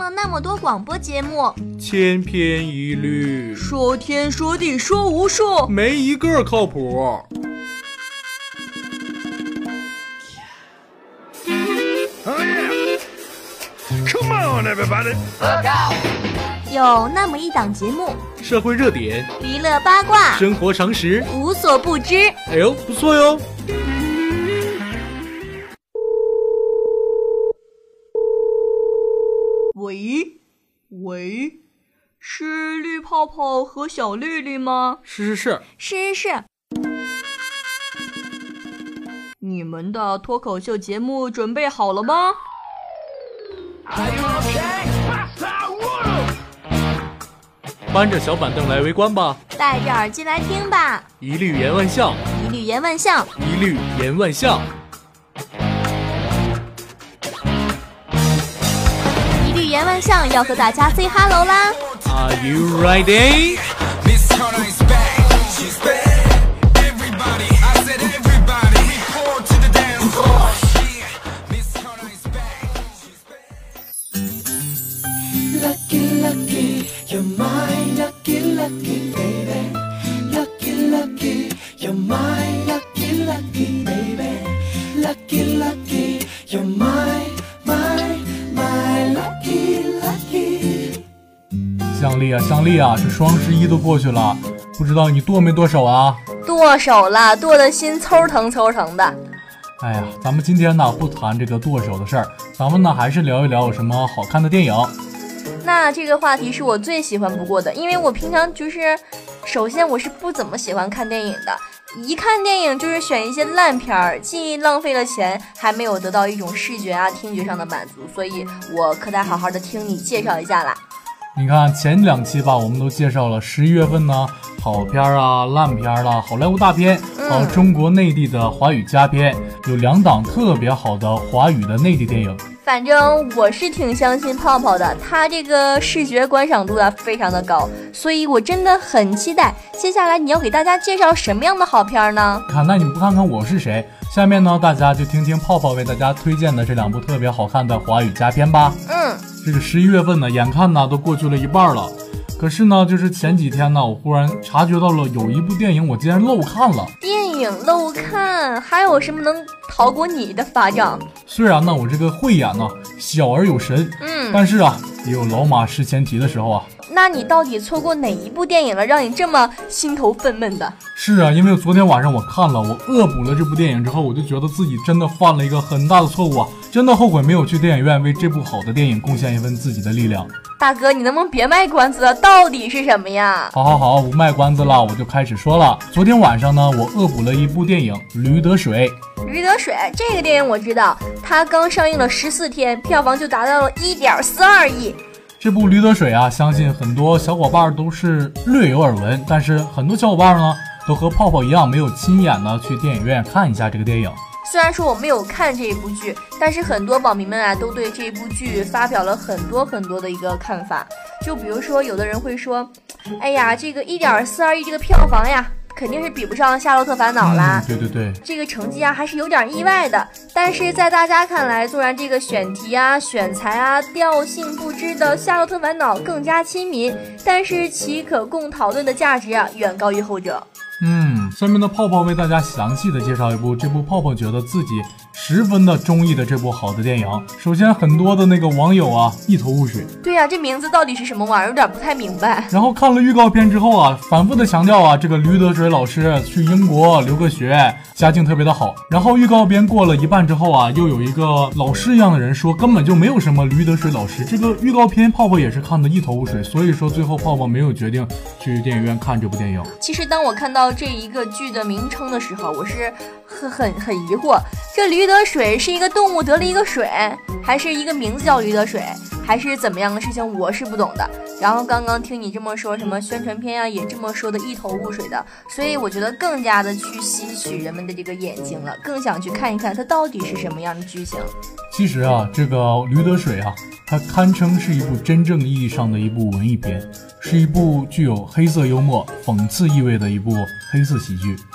了那么多广播节目， 千篇一律， 说天说地说无数， 没一个靠谱。 Come on, everybody! 有那么一档节目， 社会热点、 娱乐八卦、 生活常识， 无所不知。 哎呦，不错哟！ 喂，是绿泡泡和小绿绿吗？ 是。 你们的脱口秀节目准备好了吗？ 搬着小板凳来围观吧， 戴着耳机来听吧。 一律言万象， 一律言万象， 一律言万象。 一律言万象要和大家 say hello 啦。 Are you ready? Lucky, you're my lucky baby. Lucky, you're my lucky baby. Lucky, you're my lucky. 香丽啊，这双11都过去了，不知道你剁没剁手啊？ 剁手了，剁的心抽疼的。 哎呀，咱们今天呢不谈这个剁手的事儿，咱们呢还是聊一聊有什么好看的电影。 那这个话题是我最喜欢不过的，因为我平常首先我是不怎么喜欢看电影的，一看电影就是选一些烂片儿，既浪费了钱，还没有得到一种视觉啊、听觉上的满足，所以我可得好好的听你介绍一下啦。 你看前2期吧，我们都介绍了11月份呢好片啊、烂片啦、好莱坞大片，还有中国内地的华语佳片，有2档特别好的华语的内地电影。 反正我是挺相信泡泡的，他这个视觉观赏度啊非常的高，所以我真的很期待接下来你要给大家介绍什么样的好片呢？ 那你不看看我是谁？下面呢大家就听听泡泡为大家推荐的这2部特别好看的华语佳片吧。这个11月份呢眼看呢都过去了一半了，可是呢就是前几天呢我忽然察觉到了有一部电影我竟然漏看了。 电影漏看还有什么能逃过你的法掌？ 虽然呢我这个慧眼呢小而有神，但是啊也有老马失前蹄的时候啊。 那你到底错过哪一部电影了，让你这么心头愤懑的？ 是啊，因为昨天晚上我看了，我恶补了这部电影之后，我就觉得自己真的犯了一个很大的错误啊，真的后悔没有去电影院为这部好的电影贡献一份自己的力量。 大哥，你能不能别卖关子了？到底是什么呀？ 好，不卖关子了，我就开始说了。昨天晚上呢，我恶补了一部电影《驴得水》。 驴得水这个电影我知道，它刚上映了14天，票房就达到了1.42亿。 这部《驴得水》啊，相信很多小伙伴都是略有耳闻，但是很多小伙伴呢，都和泡泡一样，没有亲眼呢去电影院看一下这个电影。 虽然说我没有看这一部剧，但是很多网民们啊，都对这部剧发表了很多的一个看法。就比如说，有的人会说，哎呀，这个1.42亿这个票房呀，肯定是比不上《夏洛特烦恼》啦。 对， 这个成绩啊还是有点意外的。但是在大家看来，纵然这个选题啊、选材啊调性不知的《夏洛特烦恼》更加亲民，但是其可供讨论的价值啊远高于后者。 下面的泡泡为大家详细的介绍这部泡泡觉得自己十分的中意的这部好的电影。首先很多的那个网友啊一头雾水， 对呀，这名字到底是什么玩意儿，有点不太明白。 然后看了预告片之后啊，反复的强调啊，这个驴得水老师去英国留个学，家境特别的好。然后预告片过了一半之后啊，又有一个老师一样的人说根本就没有什么驴得水老师。这个预告片泡泡也是看得一头雾水，所以说最后泡泡没有决定去电影院看这部电影。 其实当我看到这一个剧的名称的时候，我是很疑惑，这驴得水是一个动物得了一个水，还是一个名字叫驴得水，还是怎么样的事情，我是不懂的。然后刚刚听你这么说，什么宣传片啊也这么说的一头雾水的，所以我觉得更加的去吸取人们的这个眼睛了，更想去看一看它到底是什么样的剧情。 其实啊，这个驴得水啊，它堪称是一部真正意义上的一部文艺片，是一部具有黑色幽默、讽刺意味的一部黑色喜剧。 黑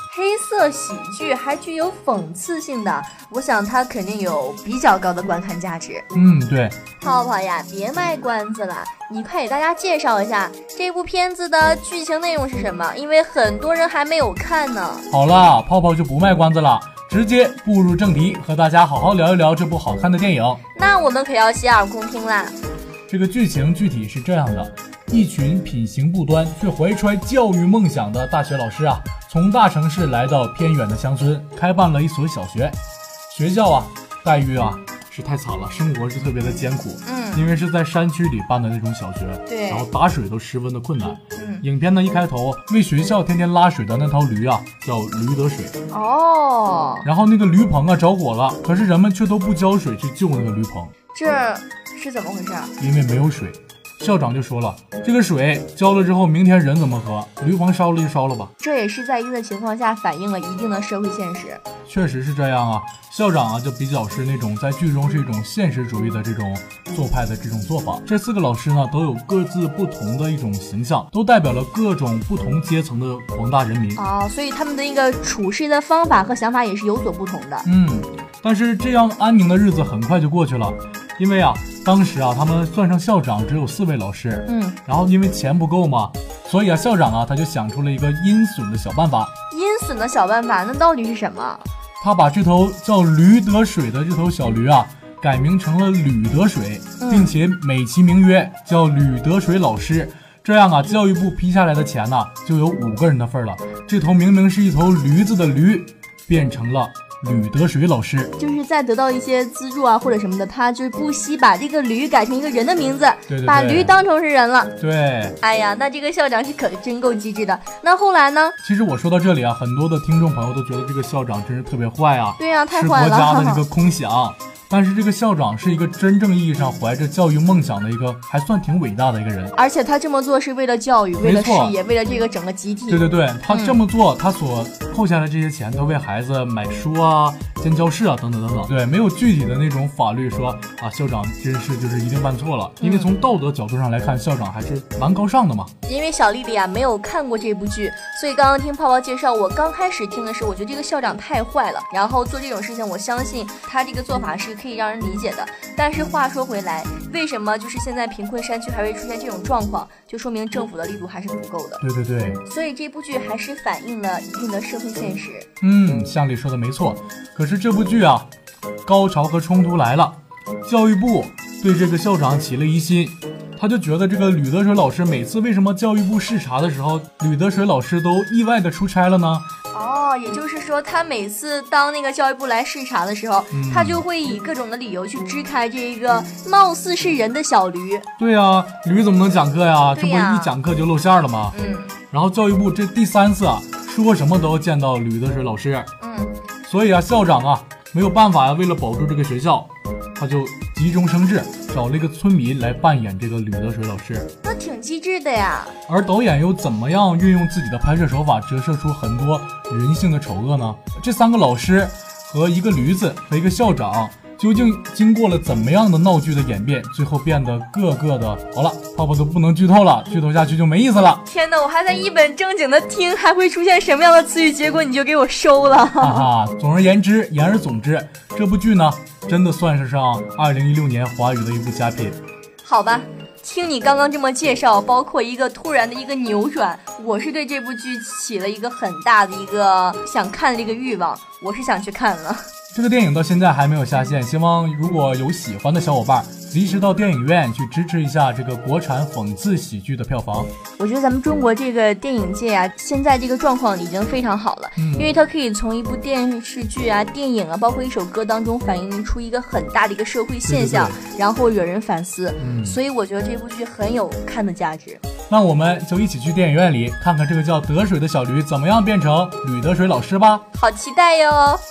色喜剧，还具有讽刺性的，我想它肯定有比较高的观看价值。 对。 泡泡呀，别卖关子了，你快给大家介绍一下这部片子的剧情内容是什么，因为很多人还没有看呢。 好了，泡泡就不卖关子了，直接步入正题，和大家好好聊一聊这部好看的电影。 那我们可要洗耳恭听啦。 这个剧情具体是这样的，一群品行不端却怀揣教育梦想的大学老师啊，从大城市来到偏远的乡村，开办了一所小学。学校啊，待遇啊是太惨了，生活是特别的艰苦。因为是在山区里办的那种小学， 对， 然后打水都十分的困难。影片呢一开头，为学校天天拉水的那头驴啊，叫驴得水。然后那个驴棚啊着火了，可是人们却都不浇水去救那个驴棚， 这是怎么回事？ 因为没有水。校长就说了，这个水浇了之后，明天人怎么喝？驴棚烧了就烧了吧。 这也是在一定的情况下反映了一定的社会现实。 确实是这样啊。校长啊就比较是那种在剧中是一种现实主义的这种做派的这种做法。这4个老师呢都有各自不同的一种形象，都代表了各种不同阶层的广大人民所以他们的一个处事的方法和想法也是有所不同的。 但是这样安宁的日子很快就过去了，因为啊当时啊他们算上校长只有4位老师，然后因为钱不够嘛，所以啊校长啊他就想出了一个阴损的小办法。 阴损的小办法那到底是什么？ 他把这头叫驴得水的这头小驴啊改名成了吕得水，并且美其名曰叫吕得水老师。这样啊教育部批下来的钱呢就有5个人的份了。这头明明是一头驴子的驴变成了吕得水老师， 就是在得到一些资助啊或者什么的，他就是不惜把这个驴改成一个人的名字， 对， 把驴当成是人了。 对， 哎呀，那这个校长是可真够机智的。那后来呢？ 其实我说到这里啊，很多的听众朋友都觉得这个校长真是特别坏啊， 对啊，太坏了， 是国家的这个空想。但是这个校长是一个真正意义上怀着教育梦想的一个还算挺伟大的一个人， 而且他这么做是为了教育，为了事业，为了这个整个集体。 对，他这么做，他所扣下来这些钱都为孩子买书啊、建教室啊等等等等。对，没有具体的那种法律说啊，校长真是就是一定办错了，因为从道德角度上来看，校长还是蛮高尚的嘛。 因为小丽丽啊没有看过这部剧，所以刚刚听泡泡介绍，我刚开始听的时候，我觉得这个校长太坏了，然后做这种事情，我相信他这个做法是可以让人理解的。但是话说回来，为什么就是现在贫困山区还会出现这种状况，就说明政府的力度还是不够的。 对， 所以这部剧还是反映了一定的社会现实。 向丽说的没错。可是这部剧啊，高潮和冲突来了，教育部对这个校长起了疑心，他就觉得这个吕得水老师每次为什么教育部视察的时候，吕得水老师都意外的出差了呢？ 也就是说他每次当那个教育部来视察的时候，他就会以各种的理由去支开这个貌似是人的小驴。 对啊，驴怎么能讲课呀？这不一讲课就露馅了吗？然后教育部这第3次啊，说什么都要见到吕得水老师。所以啊校长啊没有办法呀，为了保住这个学校，他就急中生智，找了一个村民来扮演这个吕得水老师， 那挺机智的呀。 而导演又怎么样运用自己的拍摄手法折射出很多人性的丑恶呢？这3个老师和一个驴子和一个校长究竟经过了怎么样的闹剧的演变，最后变得个个的好了，泡泡都不能剧透了，剧透下去就没意思了。 天哪，我还在一本正经的听还会出现什么样的词语，结果你就给我收了。 总而言之，言而总之，这部剧呢真的算是上2016年华语的一部佳品。 好吧，听你刚刚这么介绍，包括一个突然的一个扭转，我是对这部剧起了一个很大的一个想看的一个欲望，我是想去看了。 这个电影到现在还没有下线，希望如果有喜欢的小伙伴及时到电影院去支持一下这个国产讽刺喜剧的票房。 我觉得咱们中国这个电影界啊，现在这个状况已经非常好了，因为它可以从一部电视剧啊、电影啊，包括一首歌当中反映出一个很大的一个社会现象，然后惹人反思。所以我觉得这部剧很有看的价值。 那我们就一起去电影院里看看这个叫得水的小驴怎么样变成吕得水老师吧。 好期待哟。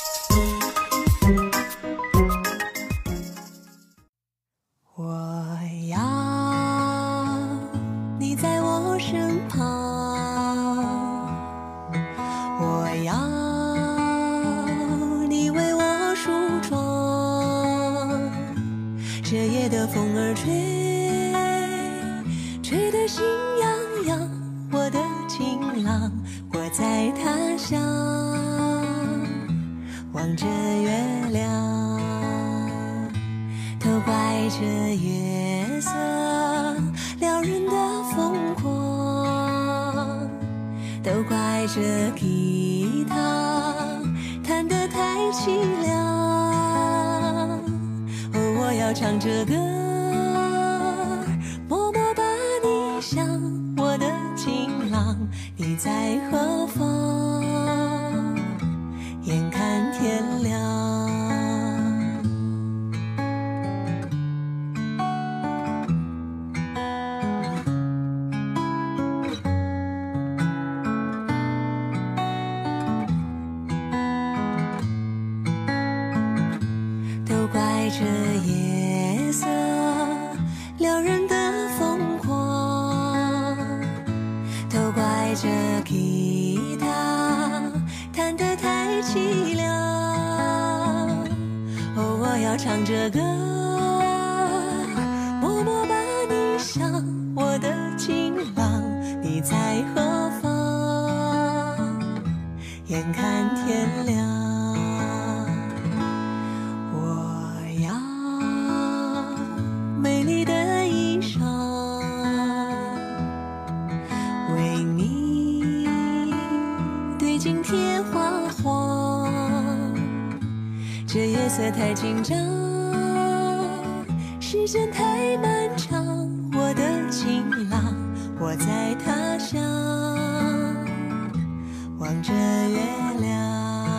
我要你在我身旁，我要你为我梳妆，这夜的风儿吹，吹得心痒痒，我的情郎，我在在他乡望着月亮，都怪这月色撩人的疯狂，都怪这吉他弹得太凄凉。哦，我要唱着歌，默默把你想，我的情郎，你在何方？眼看天亮。都怪这夜色撩人的疯狂，都怪这吉他弹得太凄凉。哦，我要唱着歌，默默把你想，我的情郎，你在何方？眼看天亮。美丽的衣裳为你对镜贴花黄，这夜色太紧张，时间太漫长，我的情郎，我在他乡望着月亮。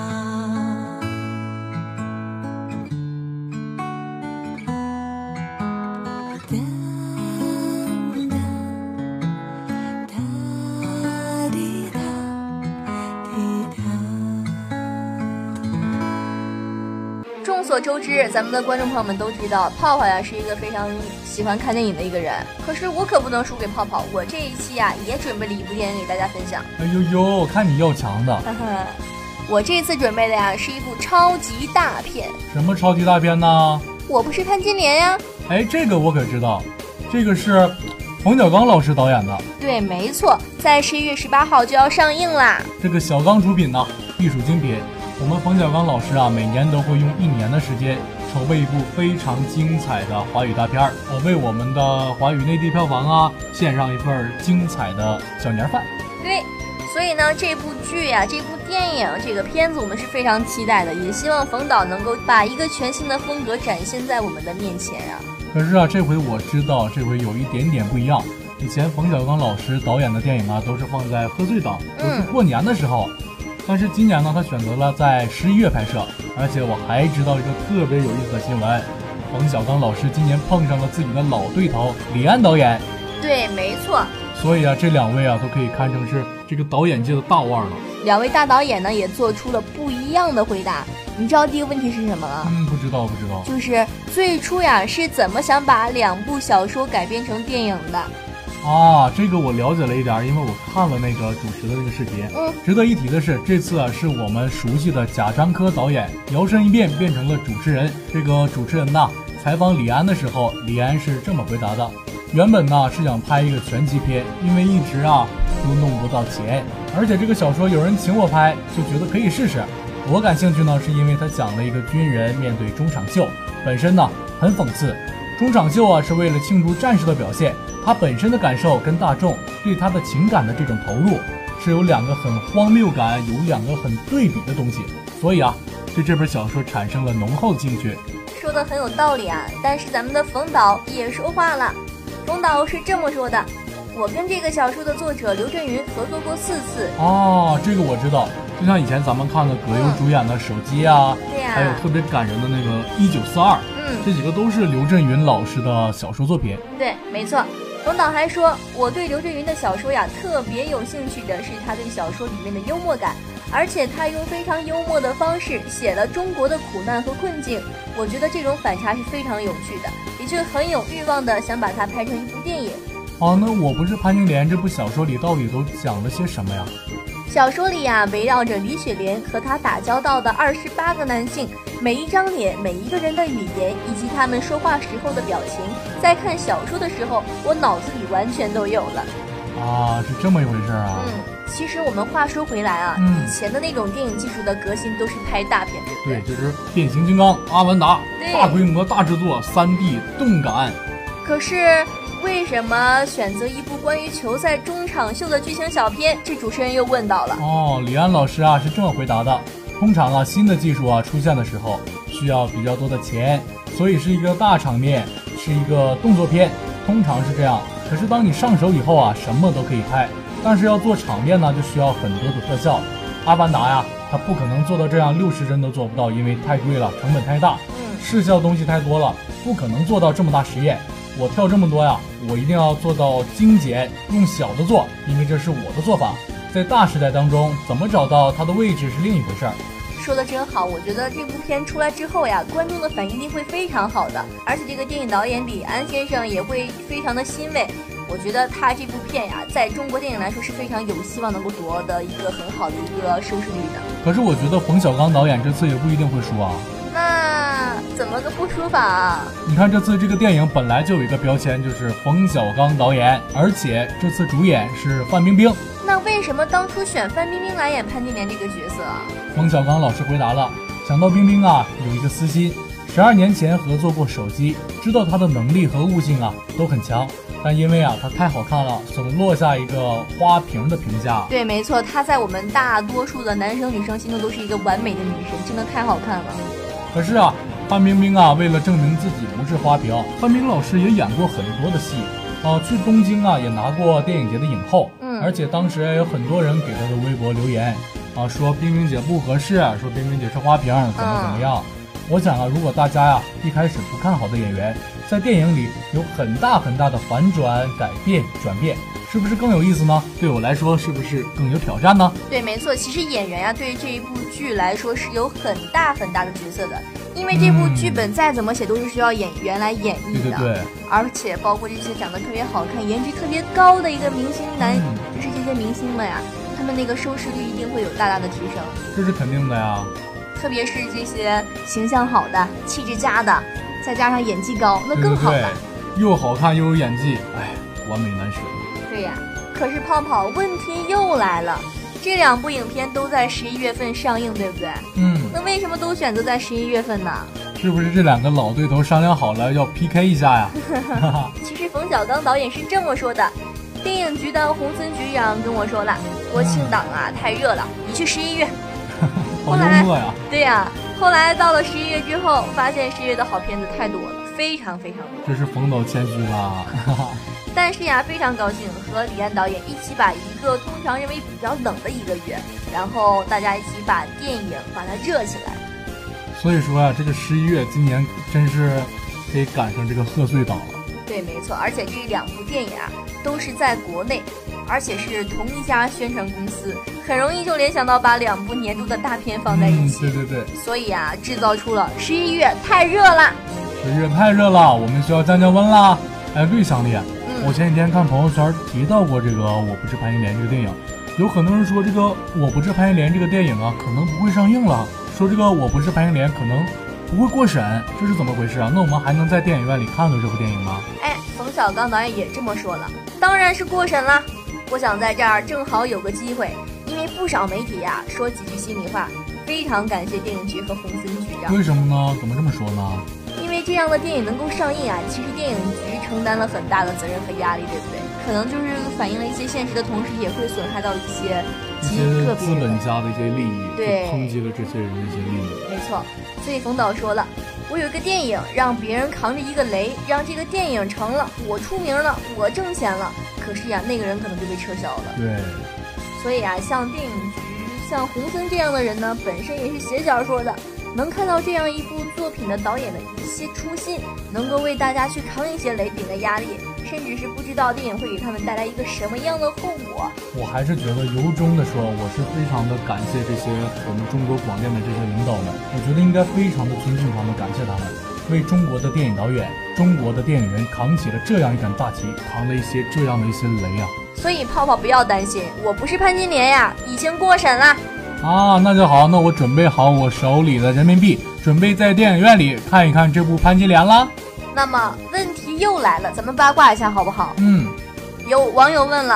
众所周知，咱们的观众朋友们都知道，泡泡呀是一个非常喜欢看电影的一个人。可是我可不能输给泡泡，我这一期呀也准备了一部电影给大家分享。 哎呦呦，看你要强的。 我这次准备的呀是一部超级大片。 什么超级大片呢？ 我不是潘金莲呀。 哎，这个我可知道，这个是冯小刚老师导演的。 对，没错，在11月18号就要上映啦。 这个小刚出品呢，必属精品。我们冯小刚老师啊，每年都会用1年的时间筹备一部非常精彩的华语大片儿，为我们的华语内地票房啊献上一份精彩的小年饭。 对，所以呢，这部剧呀、这部电影、这个片子我们是非常期待的，也希望冯导能够把一个全新的风格展现在我们的面前啊。 可是啊，这回我知道，这回有一点点不一样。以前冯小刚老师导演的电影啊，都是放在贺岁档，都是过年的时候。但是今年呢，他选择了在11月拍摄，而且我还知道一个特别有意思的新闻，冯小刚老师今年碰上了自己的老对头李安导演。 对，没错。 所以啊，这两位啊都可以看成是这个导演界的大腕了。 两位大导演呢也做出了不一样的回答。你知道第一个问题是什么吗？ 不知道。 就是最初呀是怎么想把2部小说改编成电影的？ 啊，这个我了解了一点，因为我看了那个主持的那个视频。值得一提的是，这次啊是我们熟悉的贾樟柯导演摇身一变变成了主持人。这个主持人呢采访李安的时候，李安是这么回答的：原本呢是想拍一个全集片，因为一直啊都弄不到钱，而且这个小说有人请我拍，就觉得可以试试。我感兴趣呢，是因为他讲了一个军人面对中场秀，本身呢很讽刺。中场秀啊是为了庆祝战士的表现，他本身的感受跟大众对他的情感的这种投入是有2个很荒谬感，有2个很对比的东西，所以啊对这本小说产生了浓厚的兴趣。 说的很有道理啊，但是咱们的冯导也说话了。冯导是这么说的：我跟这个小说的作者刘震云合作过4次。 哦，这个我知道，就像以前咱们看的葛优主演的手机啊， 对呀， 还有特别感人的那个1942，这几个都是刘震云老师的小说作品。 对，没错。冯导还说，我对刘震云的小说呀特别有兴趣的是他对小说里面的幽默感，而且他用非常幽默的方式写了中国的苦难和困境，我觉得这种反差是非常有趣的，也就很有欲望的想把它拍成一部电影。 那我不是潘金莲这部小说里到底都讲了些什么呀？ 小说里呀，围绕着李雪莲和她打交道的28个男性，每一张脸、每一个人的语言以及他们说话时候的表情，在看小说的时候，我脑子里完全都有了。 啊，是这么一回事啊。 其实我们话说回来啊，以前的那种电影技术的革新都是拍大片，对不对？ 对，就是变形金刚、阿凡达，大规模大制作，3D 动感。 可是为什么选择一部关于球赛中场秀的剧情小片？这主持人又问到了。 李安老师啊是这么回答的：通常啊新的技术啊出现的时候，需要比较多的钱，所以是一个大场面，是一个动作片，通常是这样。可是当你上手以后啊，什么都可以拍。但是要做场面呢，就需要很多的特效。阿凡达呀，它不可能做到这样60帧都做不到，因为太贵了，成本太大，视效东西太多了，不可能做到这么大实验。我跳这么多呀，我一定要做到精简，用小的做，因为这是我的做法。在大时代当中，怎么找到它的位置是另一回事儿。 说的真好，我觉得这部片出来之后呀，观众的反应一定会非常好的，而且这个电影导演李安先生也会非常的欣慰。我觉得他这部片呀，在中国电影来说是非常有希望能够夺得一个很好的一个收视率的。 可是我觉得冯小刚导演这次也不一定会输啊。 那怎么个不输法啊？ 你看这次这个电影本来就有一个标签，就是冯小刚导演，而且这次主演是范冰冰。 那为什么当初选范冰冰来演潘金莲这个角色啊？ 冯小刚老师回答了，想到冰冰啊有一个私心，12年前合作过手机，知道她的能力和悟性啊都很强。但因为啊，她太好看了，所以落下一个花瓶的评价。 对，没错，她在我们大多数的男生女生心中都是一个完美的女神，真的太好看了。 可是啊，范冰冰啊，为了证明自己不是花瓶，范冰冰老师也演过很多的戏，去东京啊也拿过电影节的影后。而且当时也有很多人给她的微博留言说冰冰姐不合适，说冰冰姐是花瓶，怎么样。我想啊，如果大家呀一开始不看好的演员，在电影里有很大很大的反转、改变、转变，是不是更有意思呢？对我来说，是不是更有挑战呢？ 对，没错，其实演员呀，对于这一部剧来说是有很大很大的角色的，因为这部剧本再怎么写都是需要演员来演绎的。 对， 而且包括这些长得特别好看、颜值特别高的一个明星就是这些明星们呀，他们那个收视率一定会有大大的提升。 这是肯定的呀。 特别是这些形象好的、气质佳的，再加上演技高，那更好了。 对，又好看又有演技，完美男神。 对呀，可是泡泡，问题又来了，这2部影片都在11月份上映，对不对？那为什么都选择在11月份呢？ 是不是这2个老对头商量好了要 PK 一下呀？ 其实冯小刚导演是这么说的，电影局的洪森局长跟我说了，国庆档啊太热了，你去11月。 好幽默呀！ 对呀，后来到了11月之后，发现11月的好片子太多了，非常非常多。 这是冯导谦虚吧？ 但是呀，非常高兴和李安导演一起把一个通常认为比较冷的1个月，然后大家一起把电影把它热起来。 所以说呀，这个11月今年真是可以赶上这个贺岁档了。 对，没错，而且这2部电影啊都是在国内，而且是同一家宣传公司，很容易就联想到把2部年度的大片放在一起。 对。 所以啊，制造出了11月太热了。 11月太热了，我们需要降温啦。对，香丽，我前几天看朋友圈提到过这个《我不是潘金莲》这个电影，有很多人说这个《我不是潘金莲》这个电影啊可能不会上映了，说这个《我不是潘金莲》可能不会过审，这是怎么回事啊？那我们还能在电影院里看到这部电影吗？ 冯小刚导演也这么说了，当然是过审了。我想在这儿正好有个机会，因为不少媒体啊说几句心里话，非常感谢电影局和洪森局长。 为什么呢？怎么这么说呢？ 因为这样的电影能够上映啊，其实电影局承担了很大的责任和压力，对不对？可能就是反映了一些现实的同时，也会损害到一些个别资本家的一些利益， 对， 抨击了这些人的一些利益。 没错，所以冯导说了，我有一个电影让别人扛着一个雷，让这个电影成了，我出名了，我挣钱了，可是呀，那个人可能就被撤销了。 对， 所以啊，像电影局、像洪森这样的人呢，本身也是写小说的，能看到这样一部作品的导演的一些初心，能够为大家去扛一些雷，顶的压力，甚至是不知道电影会给他们带来一个什么样的后果。 我还是觉得由衷的说，我是非常的感谢这些我们中国广电的这些领导们，我觉得应该非常的尊敬他们，感谢他们为中国的电影导演、中国的电影人扛起了这样一杆大旗，扛了一些这样的一些雷啊。 所以泡泡不要担心，我不是潘金莲呀，已经过审了。 那就好，那我准备好我手里的人民币，准备在电影院里看一看这部潘金莲啦。 那么问题又来了，咱们八卦一下好不好？ 有网友问了，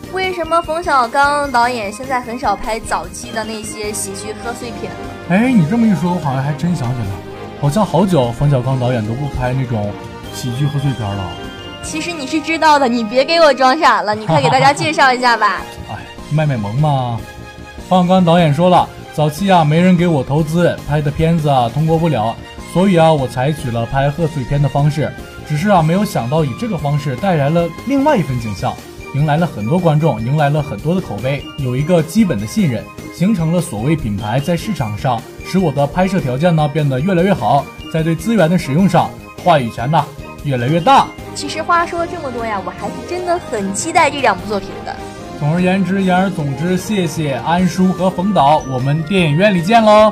为什么冯小刚导演现在很少拍早期的那些喜剧贺岁片了？ 哎，你这么一说，我好像还真想起来，好像好久冯小刚导演都不拍那种喜剧贺岁片了。 其实你是知道的，你别给我装傻了，你快给大家介绍一下吧。 哎，卖萌嘛。冯小刚导演说了，早期啊没人给我投资，拍的片子啊通过不了，所以啊我采取了拍贺岁片的方式，只是啊没有想到以这个方式带来了另外一份景象，迎来了很多观众，迎来了很多的口碑，有一个基本的信任，形成了所谓品牌在市场上，使我的拍摄条件呢变得越来越好，在对资源的使用上，话语权呢越来越大。 其实话说了这么多呀，我还是真的很期待这两部作品的。 总而言之，言而总之，谢谢安叔和冯导，我们电影院里见喽。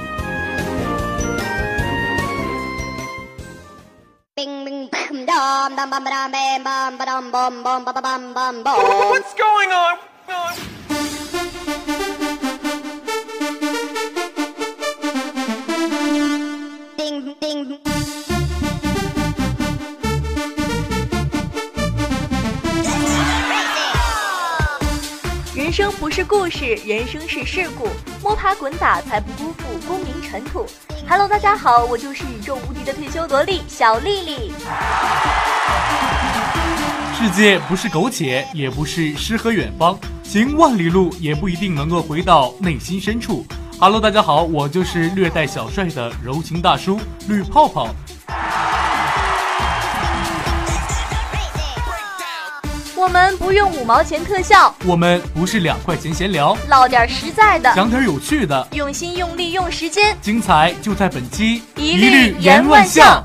What's going on? 人生不是故事，人生是事故，摸爬滚打才不辜负功名尘土。Hello， 大家好，我就是宇宙无敌的退休萝莉小丽丽。 世界不是苟且，也不是诗和远方，行万里路也不一定能够回到内心深处。Hello， 大家好，我就是略带小帅的柔情大叔绿泡泡。 我们不用5毛钱特效， 我们不是2块钱闲聊， 唠点实在的， 讲点有趣的， 用心用力用时间， 精彩就在本期一律言万象。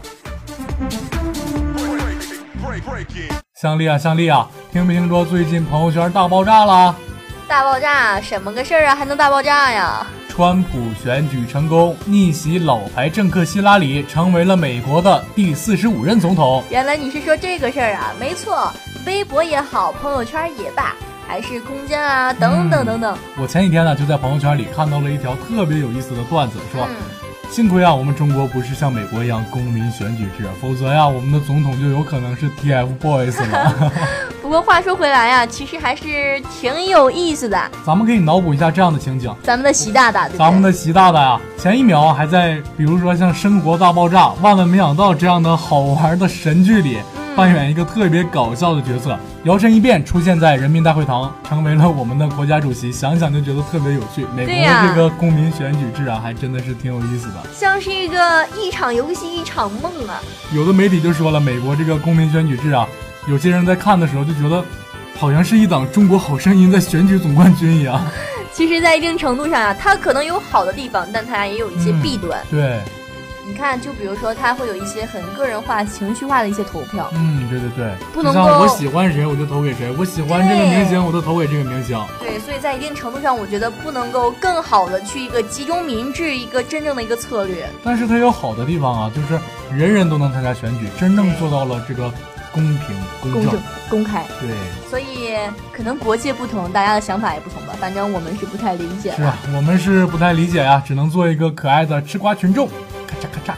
香丽啊，香丽啊，听没听说最近朋友圈大爆炸了？ 大爆炸？什么个事儿啊？还能大爆炸呀？ 川普选举成功，逆袭老牌政客希拉里，成为了美国的第45任总统。 原来你是说这个事儿啊？没错，微博也好，朋友圈也罢，还是空间啊，等等等等。 我前几天呢就在朋友圈里看到了一条特别有意思的段子，说幸亏啊我们中国不是像美国一样公民选举制，否则呀我们的总统就有可能是 TFBOYS 了。 不过话说回来呀，其实还是挺有意思的。 咱们可以脑补一下这样的情景， 咱们的习大大，对不对？ 咱们的习大大呀，前一秒还在比如说像生活大爆炸、万万没想到这样的好玩的神剧里扮演一个特别搞笑的角色，摇身一变出现在人民大会堂，成为了我们的国家主席，想想就觉得特别有趣。美国的这个公民选举制啊，还真的是挺有意思的， 像是一场游戏一场梦啊。 有的媒体就说了，美国这个公民选举制啊，有些人在看的时候就觉得好像是一档中国好声音在选举总冠军一样。 其实在一定程度上啊，它可能有好的地方，但它也有一些弊端。 对， 你看，就比如说，它会有一些很个人化、情绪化的一些投票。 对对对， 不能够像我喜欢谁我就投给谁，我喜欢这个明星我就投给这个明星。 对，所以在一定程度上，我觉得不能够更好的去一个集中民智，一个真正的一个策略。 但是它有好的地方啊，就是人人都能参加选举，真正做到了这个公平、公正、 公开。 对， 所以可能国界不同，大家的想法也不同吧。反正我们是不太理解的。 是啊，我们是不太理解呀，只能做一个可爱的吃瓜群众，咔嚓咔嚓。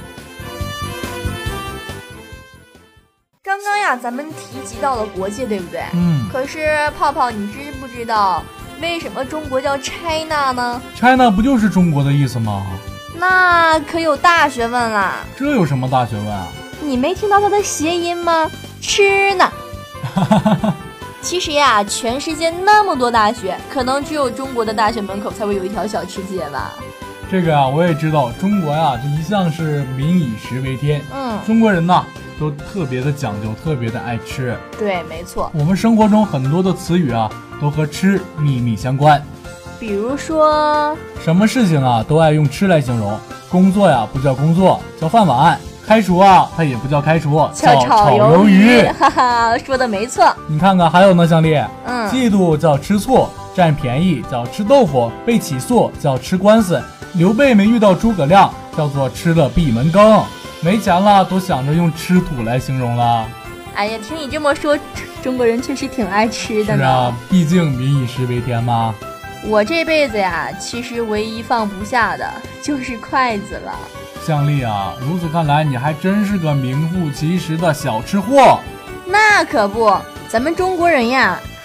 刚刚呀，咱们提及到了国界，对不对？可是泡泡，你知不知道为什么中国叫 China 呢？ China 不就是中国的意思吗？ 那可有大学问啦！ 这有什么大学问啊？ 你没听到它的谐音吗？吃呢。其实呀，全世界那么多大学，可能只有中国的大学门口才会有一条小吃街吧。 这个啊，我也知道，中国呀，就一向是民以食为天。中国人呐，都特别的讲究，特别的爱吃。 对，没错。 我们生活中很多的词语啊，都和吃密密相关。 比如说， 什么事情啊，都爱用吃来形容。工作呀，不叫工作，叫饭碗。开除啊，它也不叫开除，叫炒鱿鱼。 哈哈，说的没错。 你看看，还有呢，香丽。嫉妒叫吃醋，占便宜叫吃豆腐，被起诉叫吃官司。刘备没遇到诸葛亮，叫做吃了闭门羹。没钱了，都想着用吃土来形容了。 哎呀，听你这么说，中国人确实挺爱吃的呢。 是啊，毕竟民以食为天嘛。 我这辈子呀，其实唯一放不下的就是筷子了。 香丽啊，如此看来，你还真是个名副其实的小吃货。 那可不，咱们中国人呀，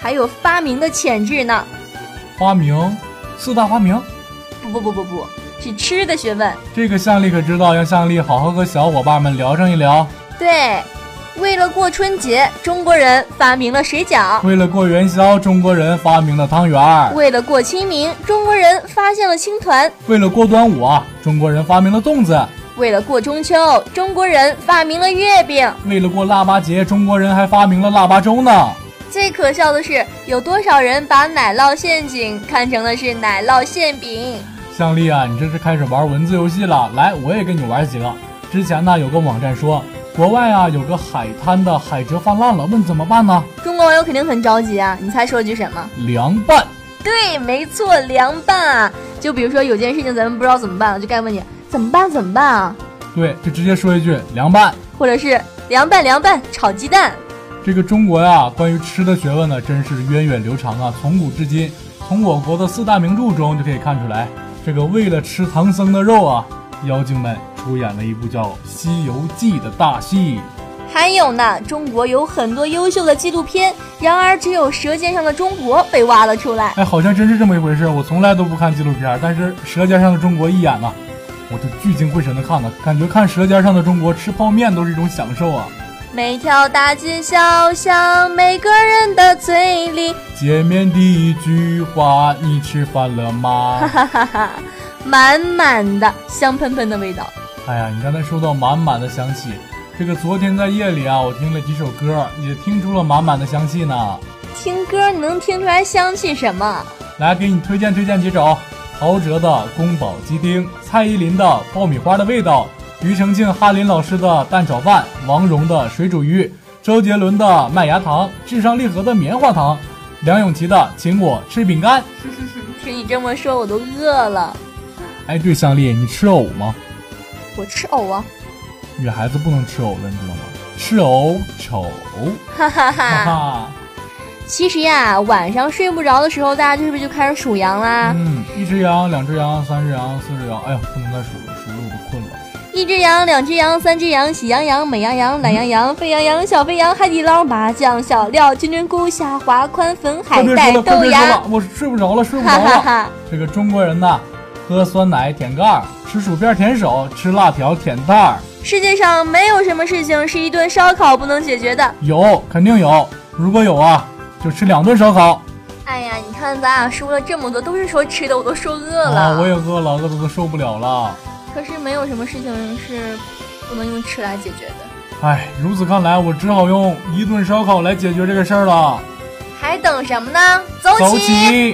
还有发明的潜质呢。 发明，4大发明？ 不，是吃的学问。 这个向丽可知道，让向丽好好和小伙伴们聊上一聊。 对，为了过春节，中国人发明了水饺； 为了过元宵，中国人发明了汤圆； 为了过清明，中国人发现了青团； 为了过端午啊，中国人发明了粽子； 为了过中秋，中国人发明了月饼； 为了过腊八节，中国人还发明了腊八粥呢。 最可笑的是，有多少人把奶酪陷阱看成了是奶酪馅饼？ 向丽啊，你这是开始玩文字游戏了。来，我也跟你玩几个。之前呢，有个网站说，国外啊有个海滩的海蜇泛滥了，问怎么办呢？ 中国网友肯定很着急啊！你猜说了句什么？ 凉拌。 对，没错，凉拌啊！就比如说有件事情咱们不知道怎么办了，就该问你怎么办啊？ 对，就直接说一句凉拌， 或者是凉拌炒鸡蛋。 这个中国呀，关于吃的学问呢，真是源远流长啊，从古至今。从我国的4大名著中就可以看出来，这个为了吃唐僧的肉啊，妖精们出演了一部叫《西游记》的大戏。 还有呢，中国有很多优秀的纪录片，然而只有《舌尖上的中国》被挖了出来。 哎，好像真是这么一回事。我从来都不看纪录片，但是《舌尖上的中国》一演呢，我就聚精会神的看了，感觉看《舌尖上的中国》吃泡面都是一种享受啊。 每条大街小巷，每个人的嘴里， 见面第一句话，你吃饭了吗？ 哈哈哈哈，满满的香喷喷的味道。 哎呀，你刚才说到满满的香气，这个昨天在夜里啊，我听了几首歌，也听出了满满的香气呢。 听歌你能听出来香气什么？ 来，给你推荐几首：陶喆的《宫保鸡丁》，蔡依林的《爆米花的味道》，庾澄庆、哈林老师的蛋炒饭，王蓉的水煮鱼，周杰伦的麦芽糖，至上励合的棉花糖，梁咏琪的请我吃饼干。 听你这么说我都饿了。 哎，对，向丽，你吃藕吗？ 我吃藕啊。 女孩子不能吃藕的，你知道吗？吃藕丑。 哈哈哈。其实呀，晚上睡不着的时候，大家是不是就开始数羊啦 ？1只羊，2只羊，3只羊，4只羊。哎呀，不能再数了，数了我都困了。 1只羊，2只羊，3只羊，喜羊羊，美羊羊，懒羊羊，沸羊羊，小肥羊，海底捞，麻酱小料，金针菇，虾滑，宽粉，海带，豆芽。 我睡不着了。这个中国人呐，喝酸奶舔盖儿，吃薯片舔手，吃辣条舔蛋儿。 世界上没有什么事情是一顿烧烤不能解决的。 有，肯定有。如果有啊，就吃2顿烧烤。 哎呀，你看咱俩说了这么多，都是说吃的，我都说饿了。 我也饿了，饿的都受不了了。 可是没有什么事情是不能用吃来解决的。 哎，如此看来，我只好用1顿烧烤来解决这个事儿了。 还等什么呢？走起！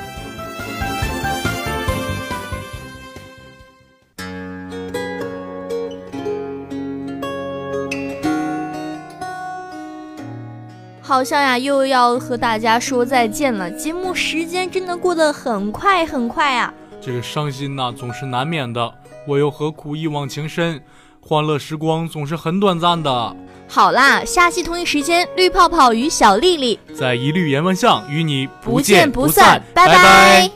好像呀，又要和大家说再见了。节目时间真的过得很快啊！ 这个伤心呐，总是难免的，我又何苦一往情深？欢乐时光总是很短暂的。 好啦，下期同一时间，绿泡泡与小丽丽在一律言万象与你不见不散，拜拜。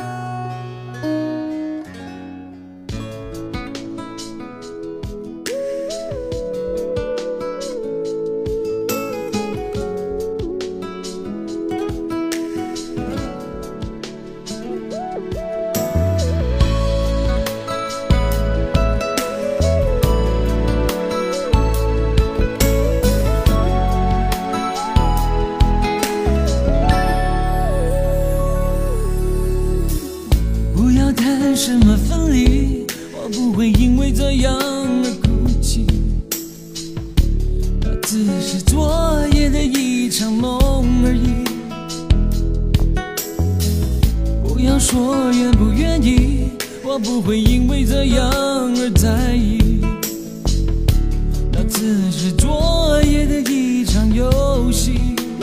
什么分离，我不会因为这样而哭泣，那只是昨夜的一场梦而已。不要说愿不愿意，我不会因为这样而在意，那只是昨夜的一场游戏，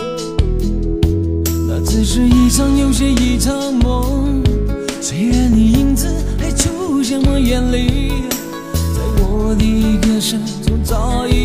那只是一场游戏一场梦。虽然你影子还出现我眼里，在我的歌声中早已